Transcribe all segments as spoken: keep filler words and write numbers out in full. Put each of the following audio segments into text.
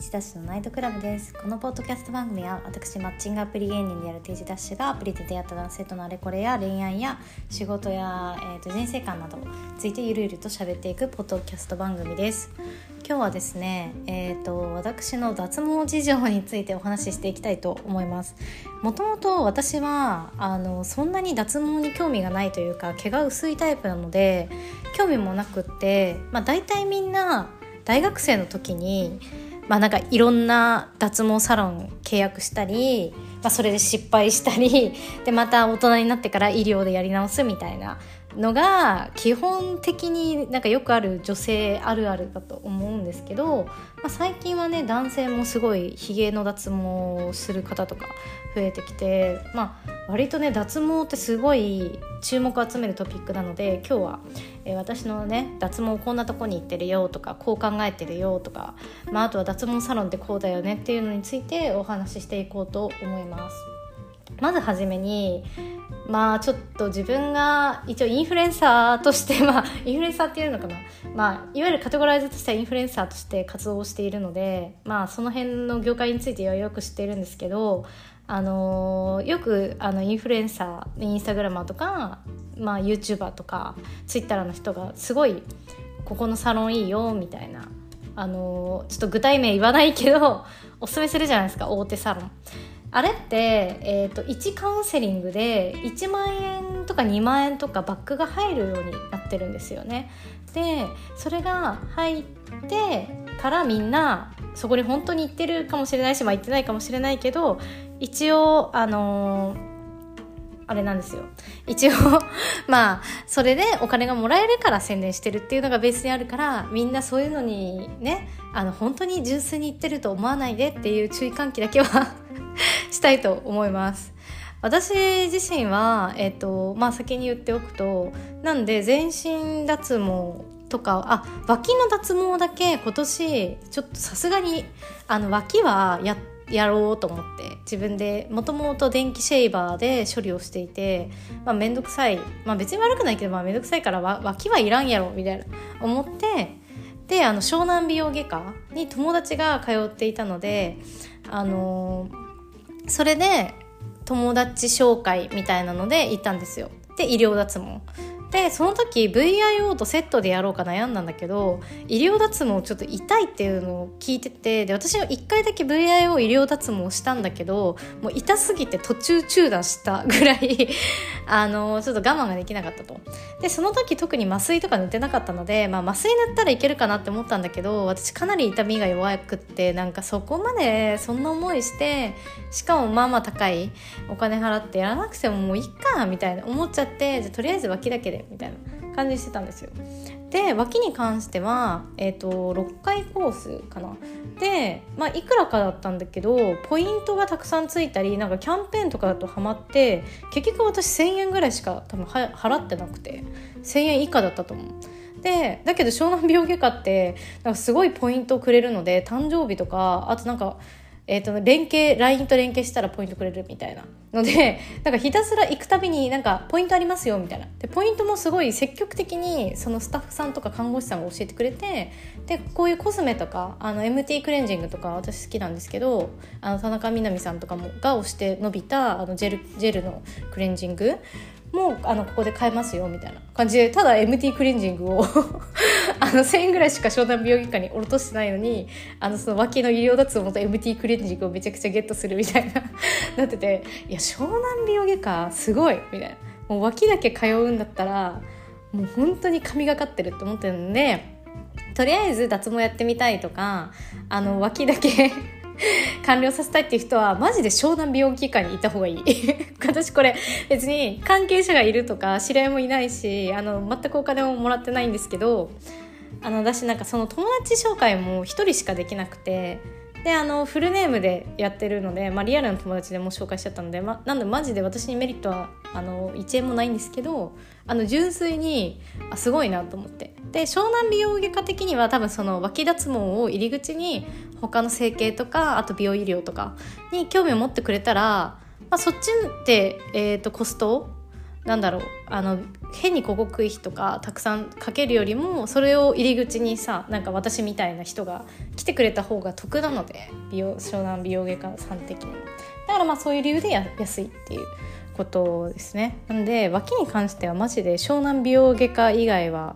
ジダッシュのナイトクラブです。このポッドキャスト番組は私マッチングアプリ芸人であるティージダッシュがアプリで出会った男性とのあれこれや恋愛や仕事や、えー、と人生観などについてゆるゆると喋っていくポッドキャスト番組です。今日はですね、えー、と私の脱毛事情についてお話ししていきたいと思います。もともと私はあのそんなに脱毛に興味がないというか毛が薄いタイプなので興味もなくって、まあ、大体みんな大学生の時にまあ、なんかいろんな脱毛サロン契約したり、まあ、それで失敗したりでまた大人になってから医療でやり直すみたいなのが基本的になんかよくある女性あるあるだと思うんですけど、まあ、最近はね男性もすごいひげの脱毛をする方とか増えてきて、まあ、割とね脱毛ってすごい注目を集めるトピックなので今日は、えー、私のね脱毛こんなとこに行ってるよとかこう考えてるよとか、まあ、あとは脱毛サロンってこうだよねっていうのについてお話ししていこうと思います。まずはじめにまあちょっと自分が一応インフルエンサーとしてまあインフルエンサーっていうのかな、まあいわゆるカテゴライズとしてはインフルエンサーとして活動をしているので、まあその辺の業界についてはよく知っているんですけど、あのー、よくあのインフルエンサーインスタグラマーとか、まあ、YouTuber とかツイッターの人がすごいここのサロンいいよみたいな、あのー、ちょっと具体名言わないけどおすすめするじゃないですか、大手サロン。あれって、えーと、いちカウンセリングでいちまんえんとかにまんえんとかバックが入るようになってるんですよね。でそれが入ってからみんなそこに本当に行ってるかもしれないし、まあ、行ってないかもしれないけど一応あのー、あれなんですよ一応まあそれでお金がもらえるから宣伝してるっていうのがベースにあるから、みんなそういうのにねあの本当に純粋に行ってると思わないでっていう注意喚起だけはしたいと思います。私自身は、えーとまあ、先に言っておくと、なんで全身脱毛とか、あ脇の脱毛だけ今年ちょっとさすがにあの脇は や, やろうと思って自分でもともと電気シェーバーで処理をしていて、まあ、めんどくさい、まあ、別に悪くないけど、まあ、めんどくさいから脇はいらんやろみたいな思って、であの湘南美容外科に友達が通っていたので、あのーそれで友達紹介みたいなので行ったんですよ。で医療脱毛でその時 ブイアイオー とセットでやろうか悩んだんだけど、医療脱毛ちょっと痛いっていうのを聞いてて、で私はいっかいだけ ブイアイオー 医療脱毛したんだけどもう痛すぎて途中中断したぐらいあのちょっと我慢ができなかったと。でその時特に麻酔とか塗ってなかったので、まあ、麻酔塗ったらいけるかなって思ったんだけど、私かなり痛みが弱くって、なんかそこまでそんな思いしてしかもまあまあ高いお金払ってやらなくてももういいかみたいな思っちゃって、じゃあとりあえず脇だけでみたいな感じにしてたんですよ。で脇に関しては、えーと、ろっかいコースかなで、まあ、いくらかだったんだけどポイントがたくさんついたりなんかキャンペーンとかだとハマって結局私せんえんぐらいしか多分は払ってなくてせんえん以下だったと思う。でだけど湘南美容外科ってなんかすごいポイントをくれるので、誕生日とかあとなんかえー、と連携 ライン と連携したらポイントくれるみたいなので、なんかひたすら行くたびになんかポイントありますよみたいな、でポイントもすごい積極的にそのスタッフさんとか看護師さんが教えてくれて、でこういうコスメとかあの エムティー クレンジングとか私好きなんですけど、あの田中みな実さんとかもが押して伸びたあのジェル、ジェルのクレンジングもうあのここで買えますよみたいな感じで、ただ エムティー クレンジングをあのせんえんぐらいしか湘南美容外科に落としてないのに、あのその脇の医療脱毛と エムティー クレンジングをめちゃくちゃゲットするみたいななってて、いや湘南美容外科すごいみたいな、もう脇だけ通うんだったらもう本当に神がかってるって思ってるんで、とりあえず脱毛やってみたいとかあの脇だけ完了させたいっていう人はマジで湘南美容外科に行った方がいい私これ別に関係者がいるとか知り合いもいないし、あの全くお金ももらってないんですけど、あの私なんかその友達紹介も一人しかできなくて、であのフルネームでやってるので、まあ、リアルな友達でも紹介しちゃったので、ま、なんでマジで私にメリットはあのいちえんもないんですけど、あの純粋にあすごいなと思って、で湘南美容外科的には多分その脇脱毛を入り口に他の整形とかあと美容医療とかに興味を持ってくれたら、まあ、そっちで、えーと、コストなんだろうあの変に広告費とかたくさんかけるよりもそれを入り口にさなんか私みたいな人が来てくれた方が得なので、美容湘南美容外科さん的にもだからまあそういう理由でや安いっていうことですね。なんで脇に関してはマジで湘南美容外科以外は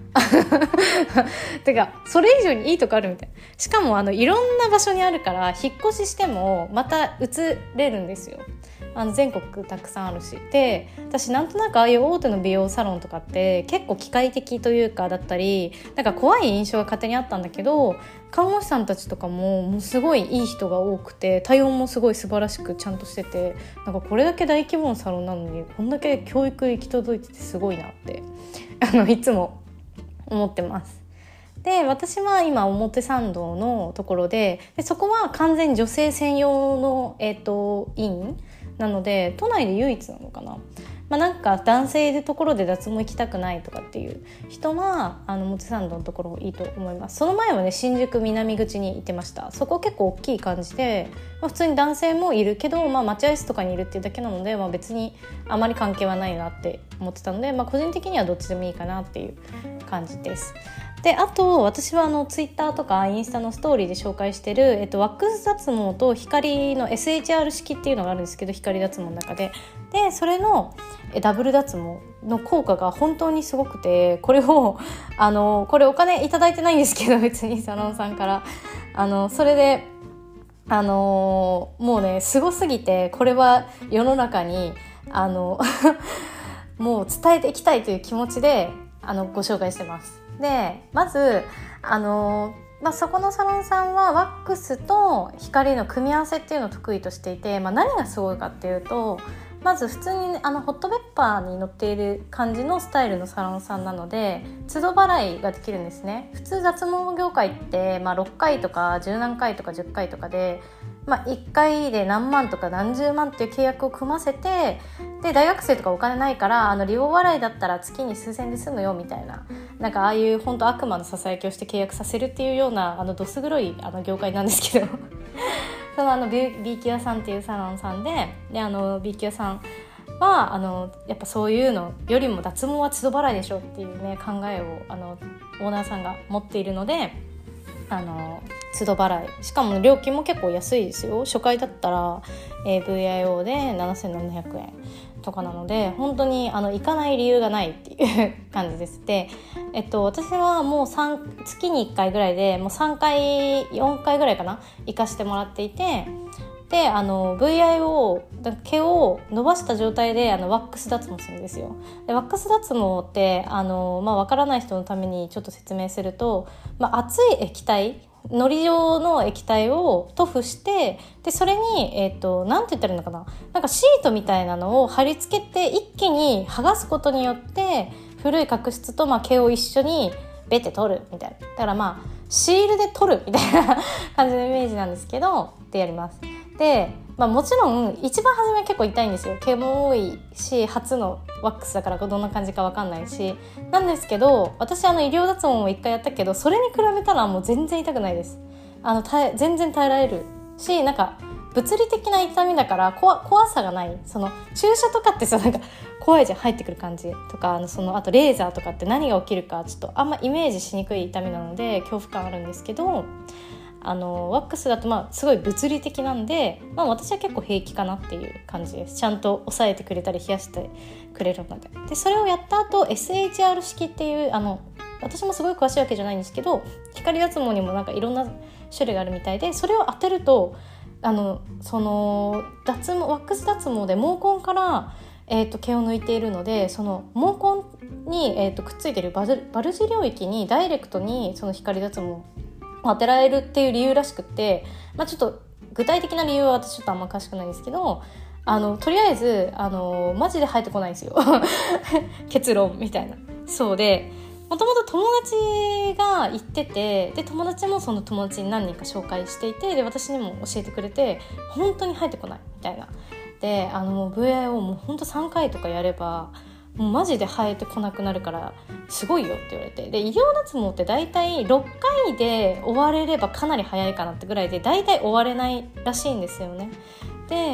てかそれ以上にいいとこあるみたいな。しかもあのいろんな場所にあるから引っ越ししてもまた移れるんですよ。あの全国たくさんあるし、で私なんとなくああいう大手の美容サロンとかって結構機械的というかだったりなんか怖い印象が勝手にあったんだけど、看護師さんたちとかももうすごいいい人が多くて対応もすごい素晴らしくちゃんとしてて、なんかこれだけ大規模なサロンなのにこんだけ教育行き届いててすごいなってあのいつも思ってます。で私は今表参道のところ で, でそこは完全女性専用の、えーと、院なので都内で唯一なのかな。まあ、なんか男性でところで脱毛行きたくないとかっていう人はあの表参道のところいいと思います。その前はね新宿南口に行ってました。そこ結構大きい感じで、まあ、普通に男性もいるけど、まあ、待合室とかにいるっていうだけなので、まあ、別にあまり関係はないなって思ってたので、まあ、個人的にはどっちでもいいかなっていう感じです。であと私はあのツイッターとかインスタのストーリーで紹介してる、えっと、ワックス脱毛と光の エスエイチアール 式っていうのがあるんですけど、光脱毛の中ででそれのダブル脱毛の効果が本当にすごくて、これをあのこれお金いただいてないんですけど別にサロンさんからあのそれであのもうねすごすぎて、これは世の中にあのもう伝えていきたいという気持ちであのご紹介してます。でまずあの、まあ、そこのサロンさんはワックスと光の組み合わせっていうのを得意としていて、まあ、何がすごいかっていうと、まず普通にあのホットペッパーに乗っている感じのスタイルのサロンさんなので都度払いができるんですね。普通脱毛業界って、まあ、ろっかいとかじゅうなんかいとかじゅっかいとかで、まあ、いっかいで何万とか何十万っていう契約を組ませて、で大学生とかお金ないからあの利用払いだったら月に数千で済むよみたいな、なんかああいう本当悪魔のささやきをして契約させるっていうようなあのどす黒いあの業界なんですけどそのあの B, B キュアさんっていうサロンさんで、であの B キュアさんはあのやっぱそういうのよりも脱毛は都度払いでしょっていうね考えをあのオーナーさんが持っているので、あの都度払い、しかも料金も結構安いですよ。初回だったら、えー、ブイアイオー でななせんななひゃくえんとかなので本当にあの行かない理由がないっていう感じです。で、えっと、私はもうさん月にいっかいぐらいでもうさんかいよんかいぐらいかな行かしてもらっていて、であの ブイアイオー 毛を伸ばした状態であのワックス脱毛するんですよ。でワックス脱毛ってあの、まあ、分からない人のためにちょっと説明すると、まあ、熱い液体のり状の液体を塗布して、でそれに、えーと、なんて言ったらいいのかな、なんかシートみたいなのを貼り付けて一気に剥がすことによって古い角質と、まあ、毛を一緒にベッて取るみたいな、だからまあシールで取るみたいな感じのイメージなんですけどでやります。で、まあ、もちろん一番初めは結構痛いんですよ。毛も多いし初のワックスだからどんな感じか分かんないしなんですけど、私あの医療脱毛も一回やったけどそれに比べたらもう全然痛くないです。あの耐え全然耐えられるし、なんか物理的な痛みだから怖、怖さがない。その注射とかってさなんか怖いじゃん、入ってくる感じとか、あのそのあとレーザーとかって何が起きるかちょっとあんまイメージしにくい痛みなので恐怖感あるんですけど、あのワックスだとまあすごい物理的なんで、まあ、私は結構平気かなっていう感じです。ちゃんと抑えてくれたり冷やしてくれるので。でそれをやった後 エスエイチアール 式っていう、あの私もすごい詳しいわけじゃないんですけど光脱毛にもなんかいろんな種類があるみたいで、それを当てるとあのその脱毛ワックス脱毛で毛根から、えー、と毛を抜いているので、その毛根に、えー、とくっついているバル、バルジ領域にダイレクトにその光脱毛当てられるっていう理由らしくって、まあ、ちょっと具体的な理由は私ちょっとあんま詳しくないんですけど、あのとりあえずあのマジで生えてこないんですよ結論みたいな。そうでもともと友達が行ってて、で友達もその友達に何人か紹介していて、で私にも教えてくれて本当に生えてこないみたいな。であの ブイアイオー も本当さんかいとかやればもうマジで生えてこなくなるからすごいよって言われて、で医療脱毛って大体ろっかいで終われればかなり早いかなってぐらいで大体終われないらしいんですよね。で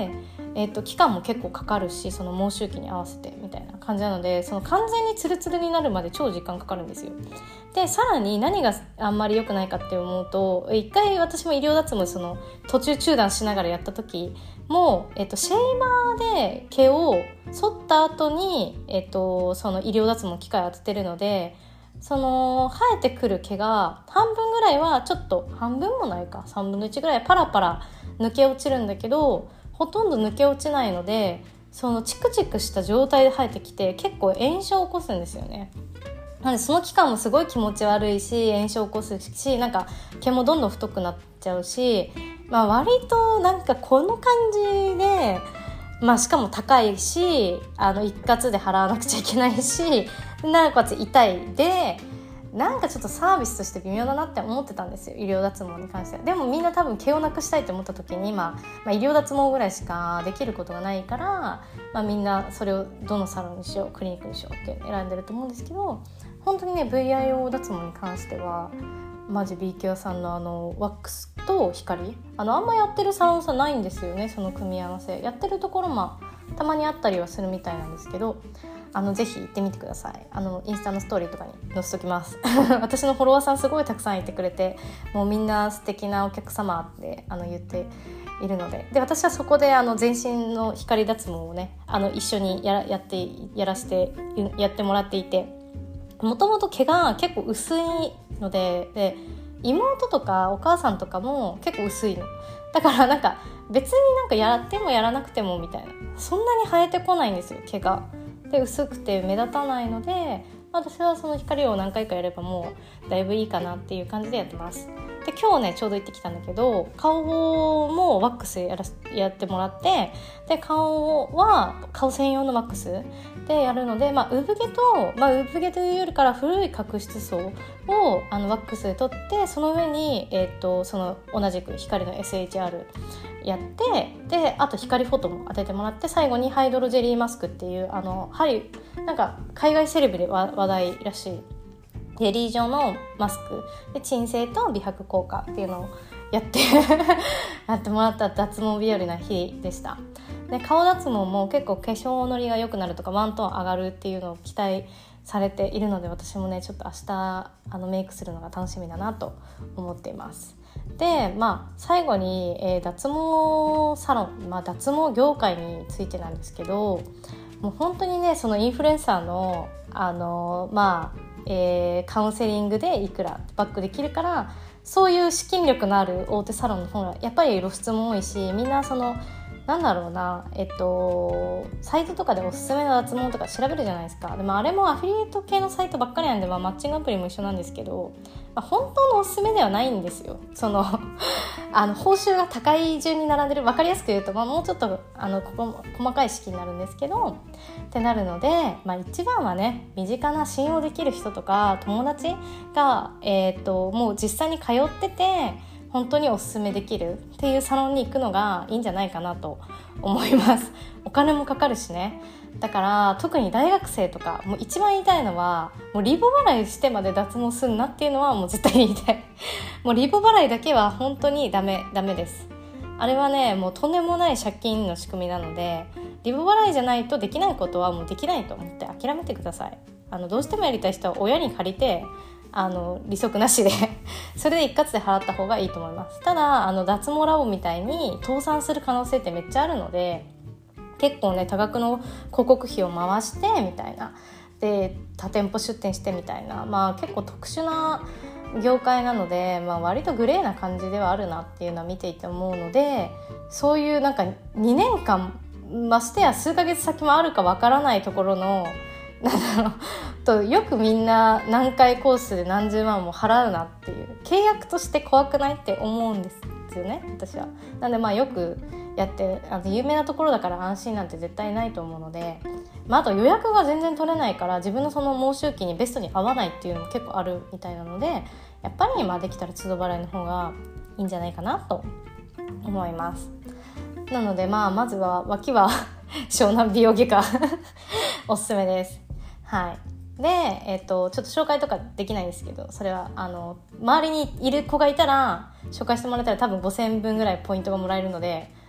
えーと、期間も結構かかるし、その毛周期に合わせてみたいな感じなので、その完全にツルツルになるまで超時間かかるんですよ。でさらに何があんまり良くないかって思うと、一回私も医療脱毛その途中中断しながらやった時も、えーと、シェーバーで毛を剃った後に、えーと、その医療脱毛機械を当ててるので、その生えてくる毛が半分ぐらいはちょっと、半分もないか、さんぶんのいちぐらいパラパラ抜け落ちるんだけど、ほとんど抜け落ちないので、そのチクチクした状態で生えてきて結構炎症を起こすんですよね。なのでその期間もすごい気持ち悪いし、炎症を起こすし、なんか毛もどんどん太くなっちゃうし、まあ、割となんかこの感じで、まあ、しかも高いし、あの一括で払わなくちゃいけないし、なおかつ痛いで、なんかちょっとサービスとして微妙だなって思ってたんですよ、医療脱毛に関しては。でもみんな多分毛をなくしたいって思った時に、まあ、まあ医療脱毛ぐらいしかできることがないから、まあ、みんなそれをどのサロンにしよう、クリニックにしようって選んでると思うんですけど、本当にね ブイアイオー 脱毛に関してはマジ ビーケー さんのあのワックスと光、あのあんまやってるサロンさないんですよね。その組み合わせやってるところもたまにあったりはするみたいなんですけど、あのぜひ行ってみてください。あのインスタのストーリーとかに載せときます私のフォロワーさんすごいたくさんいてくれて、もうみんな素敵なお客様ってあの言っているので、で私はそこであの全身の光脱毛をね、あの一緒にやら、やってやらせてやってもらっていて、もともと毛が結構薄いので、で妹とかお母さんとかも結構薄いのだから、なんか別になんかやってもやらなくてもみたいな、そんなに生えてこないんですよ毛が。で薄くて目立たないので、私はその光を何回かやればもうだいぶいいかなっていう感じでやってます。で今日ねちょうど行ってきたんだけど、顔もワックスやらやってもらって、で顔は顔専用のワックスでやるので、まあ、産毛と、まあ、産毛というよりから古い角質層をあのワックスで取って、その上に、えー、とその同じく光の エスエイチアール やって、であと光フォトも当ててもらって、最後にハイドロジェリーマスクっていうあの針、なんか海外セレブで話題らしいジェリー状のマスクで鎮静と美白効果っていうのをやってやってもらった脱毛日和な日でした。で顔脱毛も結構化粧のりが良くなるとかワントーン上がるっていうのを期待されているので、私もねちょっと明日あのメイクするのが楽しみだなと思っています。でまあ最後に、えー、脱毛サロン、まあ、脱毛業界についてなんですけど、もう本当にねそのインフルエンサーのあのまあえー、カウンセリングでいくらバックできるから、そういう資金力のある大手サロンの方がやっぱり露出も多いし、みんなそのなんだろうな、えっとサイトとかでおすすめの脱毛とか調べるじゃないですか。でもあれもアフィリエイト系のサイトばっかりなんで、まあ、マッチングアプリも一緒なんですけど、まあ、本当のおすすめではないんですよ。そのあの報酬が高い順に並んでる、分かりやすく言うと、まあ、もうちょっとあのここ細かい式になるんですけどってなるので、まあ、一番はね身近な信用できる人とか友達が、えー、ともう実際に通ってて本当におすすめできるっていうサロンに行くのがいいんじゃないかなと思います。お金もかかるしね。だから特に大学生とかもう一番言いたいのは、もうリボ払いしてまで脱毛すんなっていうのはもう絶対言いたいもうリボ払いだけは本当にダメダメです。あれはねもうとんでもない借金の仕組みなので、リボ払いじゃないとできないことはもうできないと思って諦めてください。あのどうしてもやりたい人は親に借りてあの利息なしでそれで一括で払った方がいいと思います。ただあの脱毛ラボみたいに倒産する可能性ってめっちゃあるので、結構ね多額の広告費を回してみたいな、で多店舗出店してみたいな、まあ結構特殊な業界なので、まあ、割とグレーな感じではあるなっていうのは見ていて思うので、そういうなんかにねんかんましてや数ヶ月先もあるかわからないところのなんだろうと、よくみんな何回コースで何十万も払うなっていう、契約として怖くないって思うんですよね私は。なんでまあよくやってあの有名なところだから安心なんて絶対ないと思うので、まあ、あと予約が全然取れないから自分のその毛周期にベストに合わないっていうのも結構あるみたいなので、やっぱりまあできたら都度払いの方がいいんじゃないかなと思います。なのでまあまずは脇は湘南美容外科おすすめです。はい。で、えっと、ちょっと紹介とかできないんですけど、それはあの周りにいる子がいたら紹介してもらったら多分ごせんぶんぐらいポイントがもらえるので、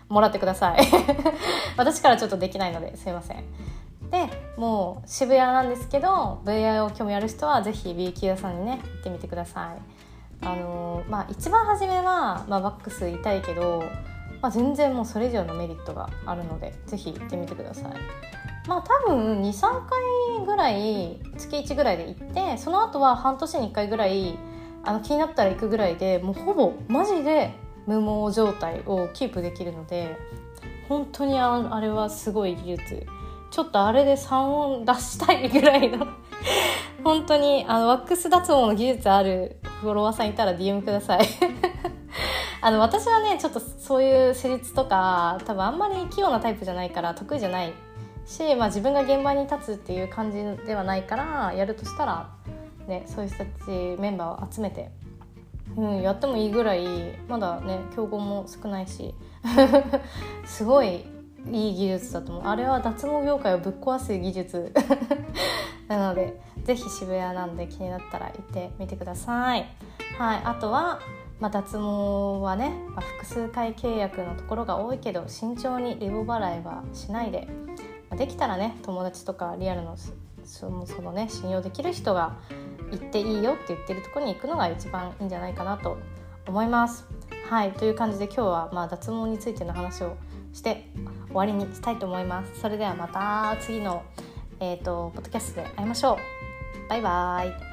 もらってください私からちょっとできないのですいません。でもう渋谷なんですけど ブイアイ を興味ある人はぜひ ビーキュー 屋さんにね行ってみてください。あのーまあ、一番初めは、まあ、ワックス痛いけど、まあ、全然もうそれ以上のメリットがあるのでぜひ行ってみてください。まあ多分 にさんかいぐらい月いちぐらいで行ってその後は半年にいっかいぐらいあの気になったら行くぐらいでもうほぼマジで無毛状態をキープできるので本当に あ, あれはすごい技術。ちょっとあれでさんおん出したいぐらいの本当にあのワックス脱毛の技術あるフォロワーさんいたら ディーエム くださいあの私はねちょっとそういう施術とか多分あんまり器用なタイプじゃないから得意じゃないし、まあ、自分が現場に立つっていう感じではないからやるとしたら、ね、そういう人たちメンバーを集めて、うん、やってもいいぐらいまだね競合も少ないしすごいいい技術だと思う。あれは脱毛業界をぶっ壊す技術なのでぜひ渋谷なんで気になったら行ってみてください。はい、あとは、まあ、脱毛はね、まあ、複数回契約のところが多いけど慎重にリボ払いはしないで、まあ、できたらね友達とかリアルのその、そのね信用できる人が行っていいよって言ってるところに行くのが一番いいんじゃないかなと思います。はい、という感じで今日はまあ脱毛についての話をして終わりにしたいと思います。それではまた次の、えーと、ポッドキャストで会いましょう。バイバイ。